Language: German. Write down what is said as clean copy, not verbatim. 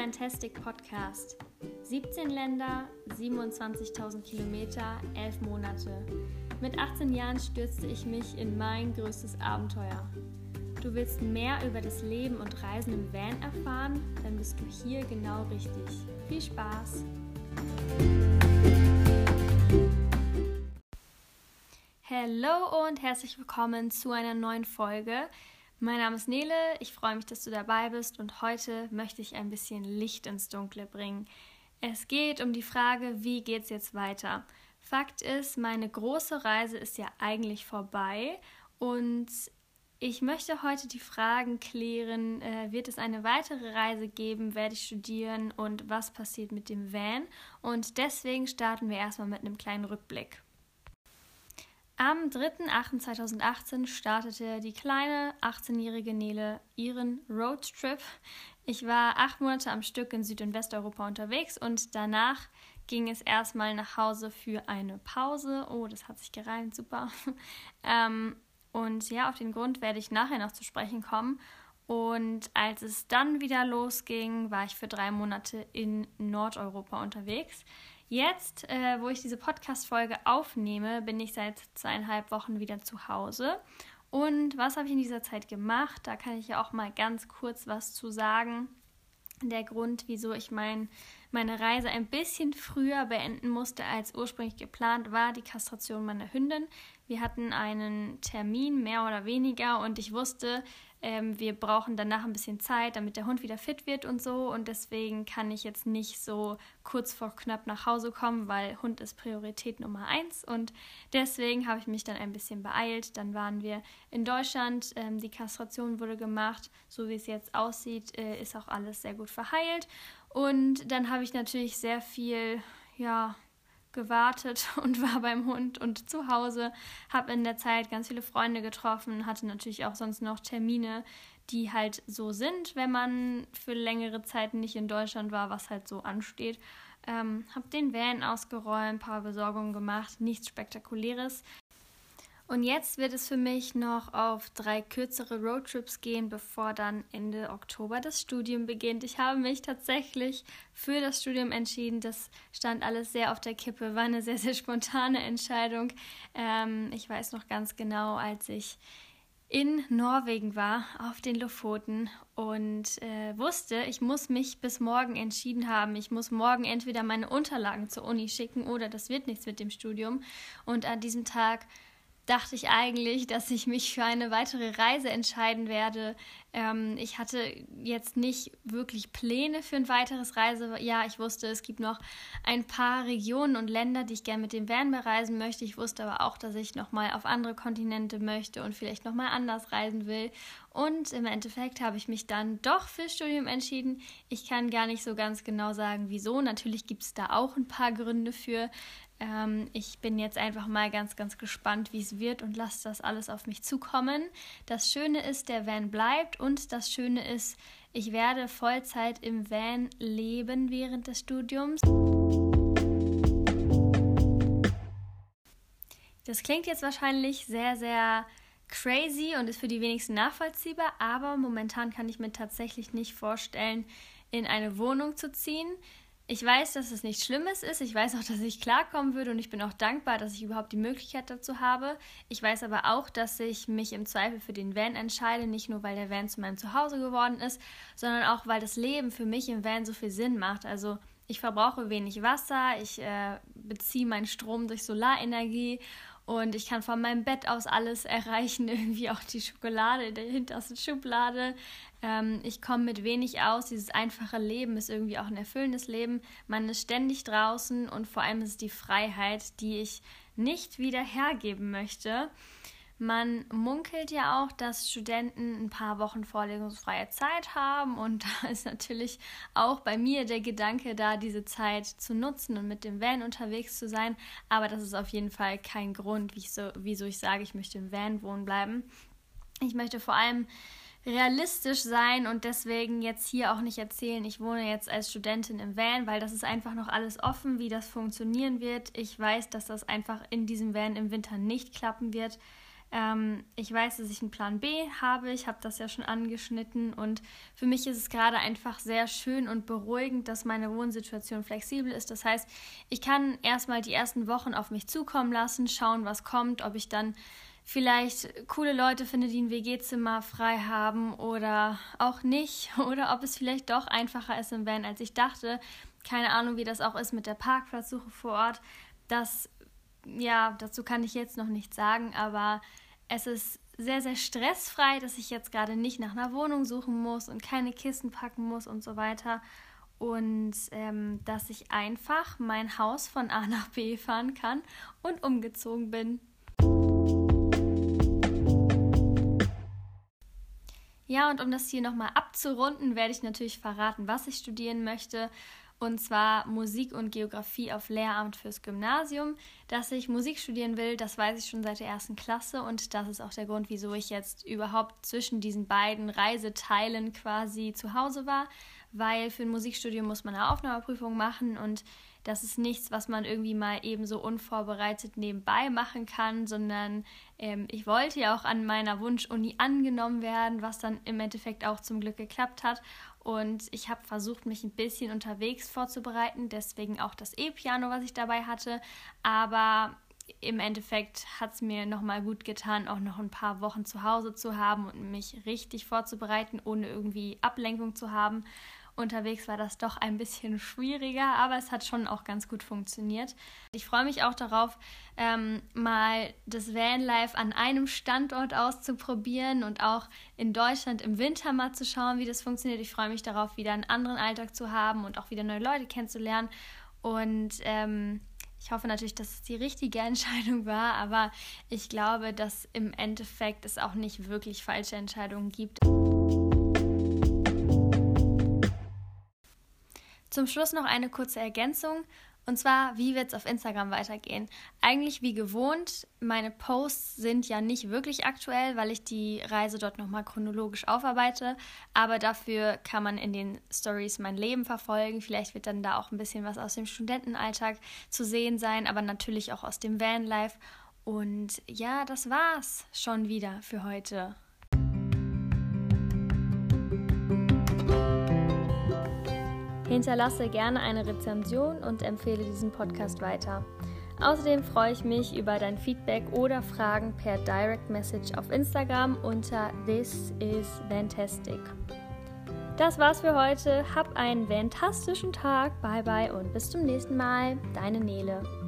Fantastic Podcast. 17 Länder, 27.000 Kilometer, 11 Monate. Mit 18 Jahren stürzte ich mich in mein größtes Abenteuer. Du willst mehr über das Leben und Reisen im Van erfahren? Dann bist du hier genau richtig. Viel Spaß! Hallo und herzlich willkommen zu einer neuen Folge. Mein Name ist Nele, ich freue mich, dass du dabei bist und heute möchte ich ein bisschen Licht ins Dunkle bringen. Es geht um die Frage, wie geht's jetzt weiter? Fakt ist, meine große Reise ist ja eigentlich vorbei und ich möchte heute die Fragen klären, wird es eine weitere Reise geben, werde ich studieren und was passiert mit dem Van? Und deswegen starten wir erstmal mit einem kleinen Rückblick. Am 3.8.2018 startete die kleine 18-jährige Nele ihren Roadtrip. Ich war 8 Monate am Stück in Süd- und Westeuropa unterwegs und danach ging es erstmal nach Hause für eine Pause. Oh, das hat sich gereimt, super. Und ja, auf den Grund werde ich nachher noch zu sprechen kommen. Und als es dann wieder losging, war ich für 3 Monate in Nordeuropa unterwegs. Jetzt, wo ich diese Podcast-Folge aufnehme, bin ich seit 2,5 Wochen wieder zu Hause. Und was habe ich in dieser Zeit gemacht? Da kann ich ja auch mal ganz kurz was zu sagen. Der Grund, wieso ich meine Reise ein bisschen früher beenden musste als ursprünglich geplant, war die Kastration meiner Hündin. Wir hatten einen Termin, mehr oder weniger, und ich wusste, wir brauchen danach ein bisschen Zeit, damit der Hund wieder fit wird und so. Und deswegen kann ich jetzt nicht so kurz vor knapp nach Hause kommen, weil Hund ist Priorität Nummer 1. Und deswegen habe ich mich dann ein bisschen beeilt. Dann waren wir in Deutschland, die Kastration wurde gemacht. So wie es jetzt aussieht, ist auch alles sehr gut verheilt. Und dann habe ich natürlich sehr viel, gewartet und war beim Hund und zu Hause, habe in der Zeit ganz viele Freunde getroffen, hatte natürlich auch sonst noch Termine, die halt so sind, wenn man für längere Zeit nicht in Deutschland war, was halt so ansteht. Habe den Van ausgeräumt, ein paar Besorgungen gemacht, nichts Spektakuläres. Und jetzt wird es für mich noch auf 3 kürzere Roadtrips gehen, bevor dann Ende Oktober das Studium beginnt. Ich habe mich tatsächlich für das Studium entschieden. Das stand alles sehr auf der Kippe, war eine sehr, sehr spontane Entscheidung. Ich weiß noch ganz genau, als ich in Norwegen war, auf den Lofoten und wusste, ich muss mich bis morgen entschieden haben. Ich muss morgen entweder meine Unterlagen zur Uni schicken oder das wird nichts mit dem Studium. Und an diesem Tag dachte ich eigentlich, dass ich mich für eine weitere Reise entscheiden werde. Ich hatte jetzt nicht wirklich Pläne für ein weiteres Reisejahr. Ich wusste, es gibt noch ein paar Regionen und Länder, die ich gerne mit dem Van bereisen möchte. Ich wusste aber auch, dass ich nochmal auf andere Kontinente möchte und vielleicht nochmal anders reisen will. Und im Endeffekt habe ich mich dann doch fürs Studium entschieden. Ich kann gar nicht so ganz genau sagen, wieso. Natürlich gibt es da auch ein paar Gründe für. Ich bin jetzt einfach mal ganz, ganz gespannt, wie es wird und lasse das alles auf mich zukommen. Das Schöne ist, der Van bleibt und das Schöne ist, ich werde Vollzeit im Van leben während des Studiums. Das klingt jetzt wahrscheinlich sehr, sehr crazy und ist für die wenigsten nachvollziehbar, aber momentan kann ich mir tatsächlich nicht vorstellen, in eine Wohnung zu ziehen. Ich weiß, dass es nichts Schlimmes ist. Ich weiß auch, dass ich klarkommen würde und ich bin auch dankbar, dass ich überhaupt die Möglichkeit dazu habe. Ich weiß aber auch, dass ich mich im Zweifel für den Van entscheide, nicht nur, weil der Van zu meinem Zuhause geworden ist, sondern auch, weil das Leben für mich im Van so viel Sinn macht. Also ich verbrauche wenig Wasser, ich beziehe meinen Strom durch Solarenergie und ich kann von meinem Bett aus alles erreichen, irgendwie auch die Schokolade in der hintersten Schublade. Ich komme mit wenig aus. Dieses einfache Leben ist irgendwie auch ein erfüllendes Leben. Man ist ständig draußen und vor allem ist es die Freiheit, die ich nicht wieder hergeben möchte. Man munkelt ja auch, dass Studenten ein paar Wochen vorlesungsfreie Zeit haben und da ist natürlich auch bei mir der Gedanke da, diese Zeit zu nutzen und mit dem Van unterwegs zu sein, aber das ist auf jeden Fall kein Grund, wieso ich sage, ich möchte im Van wohnen bleiben. Ich möchte vor allem realistisch sein und deswegen jetzt hier auch nicht erzählen, ich wohne jetzt als Studentin im Van, weil das ist einfach noch alles offen, wie das funktionieren wird. Ich weiß, dass das einfach in diesem Van im Winter nicht klappen wird. Ich weiß, dass ich einen Plan B habe, ich habe das ja schon angeschnitten und für mich ist es gerade einfach sehr schön und beruhigend, dass meine Wohnsituation flexibel ist. Das heißt, ich kann erstmal die ersten Wochen auf mich zukommen lassen, schauen, was kommt, ob ich dann vielleicht coole Leute finde, die ein WG-Zimmer frei haben oder auch nicht oder ob es vielleicht doch einfacher ist im Van, als ich dachte. Keine Ahnung, wie das auch ist mit der Parkplatzsuche vor Ort. Dazu kann ich jetzt noch nichts sagen, aber es ist sehr, sehr stressfrei, dass ich jetzt gerade nicht nach einer Wohnung suchen muss und keine Kisten packen muss und so weiter. Und dass ich einfach mein Haus von A nach B fahren kann und umgezogen bin. Ja, und um das hier nochmal abzurunden, werde ich natürlich verraten, was ich studieren möchte. Und zwar Musik und Geografie auf Lehramt fürs Gymnasium. Dass ich Musik studieren will, das weiß ich schon seit der 1. Klasse und das ist auch der Grund, wieso ich jetzt überhaupt zwischen diesen beiden Reiseteilen quasi zu Hause war, weil für ein Musikstudium muss man eine Aufnahmeprüfung machen und das ist nichts, was man irgendwie mal eben so unvorbereitet nebenbei machen kann, sondern ich wollte ja auch an meiner Wunschuni angenommen werden, was dann im Endeffekt auch zum Glück geklappt hat. Und ich habe versucht, mich ein bisschen unterwegs vorzubereiten, deswegen auch das E-Piano, was ich dabei hatte. Aber im Endeffekt hat es mir nochmal gut getan, auch noch ein paar Wochen zu Hause zu haben und mich richtig vorzubereiten, ohne irgendwie Ablenkung zu haben. Unterwegs war das doch ein bisschen schwieriger, aber es hat schon auch ganz gut funktioniert. Ich freue mich auch darauf, mal das Vanlife an einem Standort auszuprobieren und auch in Deutschland im Winter mal zu schauen, wie das funktioniert. Ich freue mich darauf, wieder einen anderen Alltag zu haben und auch wieder neue Leute kennenzulernen. Und ich hoffe natürlich, dass es die richtige Entscheidung war, aber ich glaube, dass im Endeffekt es auch nicht wirklich falsche Entscheidungen gibt. Zum Schluss noch eine kurze Ergänzung, und zwar, wie wird es auf Instagram weitergehen? Eigentlich wie gewohnt, meine Posts sind ja nicht wirklich aktuell, weil ich die Reise dort nochmal chronologisch aufarbeite, aber dafür kann man in den Stories mein Leben verfolgen. Vielleicht wird dann da auch ein bisschen was aus dem Studentenalltag zu sehen sein, aber natürlich auch aus dem Vanlife. Und ja, das war's schon wieder für heute. Hinterlasse gerne eine Rezension und empfehle diesen Podcast weiter. Außerdem freue ich mich über dein Feedback oder Fragen per Direct Message auf Instagram unter thisisvantastic. Das war's für heute. Hab einen fantastischen Tag. Bye bye und bis zum nächsten Mal. Deine Nele.